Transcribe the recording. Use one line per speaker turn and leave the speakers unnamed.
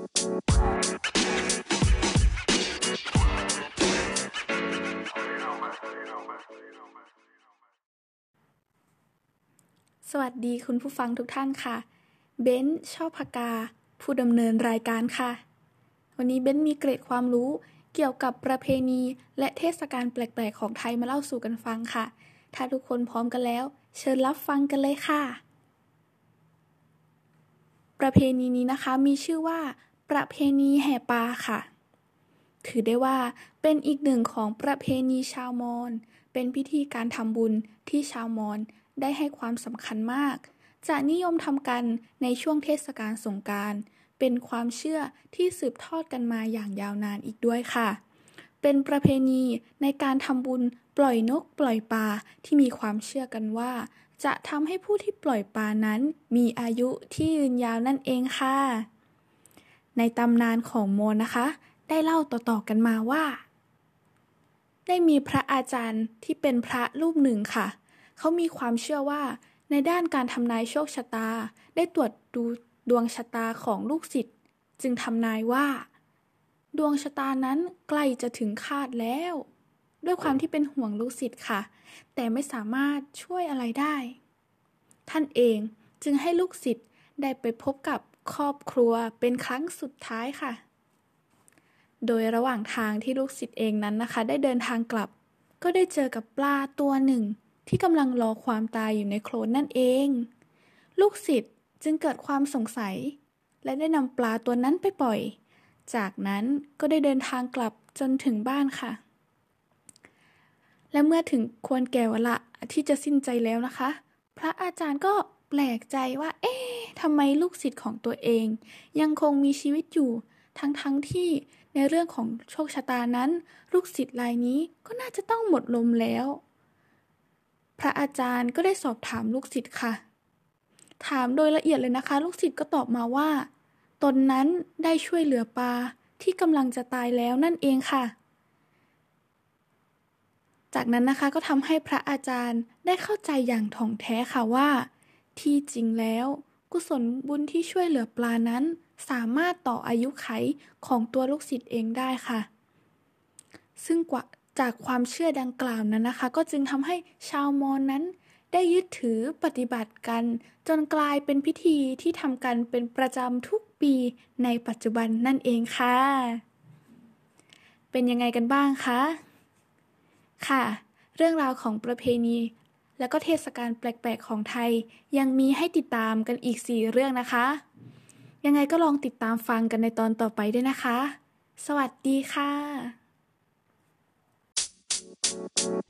สวัสดีคุณผู้ฟังทุกท่านค่ะเบนชอบพกาผู้ดำเนินรายการค่ะวันนี้เบนมีเกร็ดความรู้เกี่ยวกับประเพณีและเทศกาลแปลกๆของไทยมาเล่าสู่กันฟังค่ะถ้าทุกคนพร้อมกันแล้วเชิญรับฟังกันเลยค่ะประเพณีนี้นะคะมีชื่อว่าประเพณีแห่ปลาค่ะถือได้ว่าเป็นอีกหนึ่งของประเพณีชาวมอญเป็นพิธีการทำบุญที่ชาวมอญได้ให้ความสำคัญมากจะนิยมทำกันในช่วงเทศกาลสงกรานต์เป็นความเชื่อที่สืบทอดกันมาอย่างยาวนานอีกด้วยค่ะเป็นประเพณีในการทำบุญปล่อยนกปล่อยปลาที่มีความเชื่อกันว่าจะทำให้ผู้ที่ปล่อยปลานั้นมีอายุที่ยืนยาวนั่นเองค่ะในตำนานของมอญนะคะได้เล่าต่อๆกันมาว่าได้มีพระอาจารย์ที่เป็นพระรูปหนึ่งค่ะเขามีความเชื่อว่าในด้านการทำนายโชคชะตาได้ตรวจดูดวงชะตาของลูกศิษย์จึงทำนายว่าดวงชะตานั้นใกล้จะถึงคาดแล้วด้วยความที่เป็นห่วงลูกศิษย์ค่ะแต่ไม่สามารถช่วยอะไรได้ท่านเองจึงให้ลูกศิษย์ได้ไปพบกับครอบครัวเป็นครั้งสุดท้ายค่ะโดยระหว่างทางที่ลูกศิษย์เองนั้นนะคะได้เดินทางกลับก็ได้เจอกับปลาตัวหนึ่งที่กำลังรอความตายอยู่ในโคลนนั่นเองลูกศิษย์จึงเกิดความสงสัยและได้นำปลาตัวนั้นไปปล่อยจากนั้นก็ได้เดินทางกลับจนถึงบ้านค่ะและเมื่อถึงควรแก่วาระที่จะสิ้นใจแล้วนะคะพระอาจารย์ก็แปลกใจว่าทำไมลูกศิษย์ของตัวเองยังคงมีชีวิตอยู่ทั้งที่ในเรื่องของโชคชะตานั้นลูกศิษย์รายนี้ก็น่าจะต้องหมดลมแล้วพระอาจารย์ก็ได้สอบถามลูกศิษย์ค่ะถามโดยละเอียดเลยนะคะลูกศิษย์ก็ตอบมาว่าตนนั้นได้ช่วยเหลือปลาที่กำลังจะตายแล้วนั่นเองค่ะจากนั้นนะคะก็ทำให้พระอาจารย์ได้เข้าใจอย่างถ่องแท้ค่ะว่าที่จริงแล้วกุศลบุญที่ช่วยเหลือปลานั้นสามารถต่ออายุขัยของตัวลูกศิษย์เองได้ค่ะซึ่งจากความเชื่อดังกล่าวนั้นนะคะก็จึงทำให้ชาวมอญนั้นได้ยึดถือปฏิบัติกันจนกลายเป็นพิธีที่ทำกันเป็นประจำทุกปีในปัจจุบันนั่นเองค่ะเป็นยังไงกันบ้างคะค่ะเรื่องราวของประเพณีและก็เทศกาลแปลกๆของไทยยังมีให้ติดตามกันอีก4เรื่องนะคะยังไงก็ลองติดตามฟังกันในตอนต่อไปด้วยนะคะสวัสดีค่ะ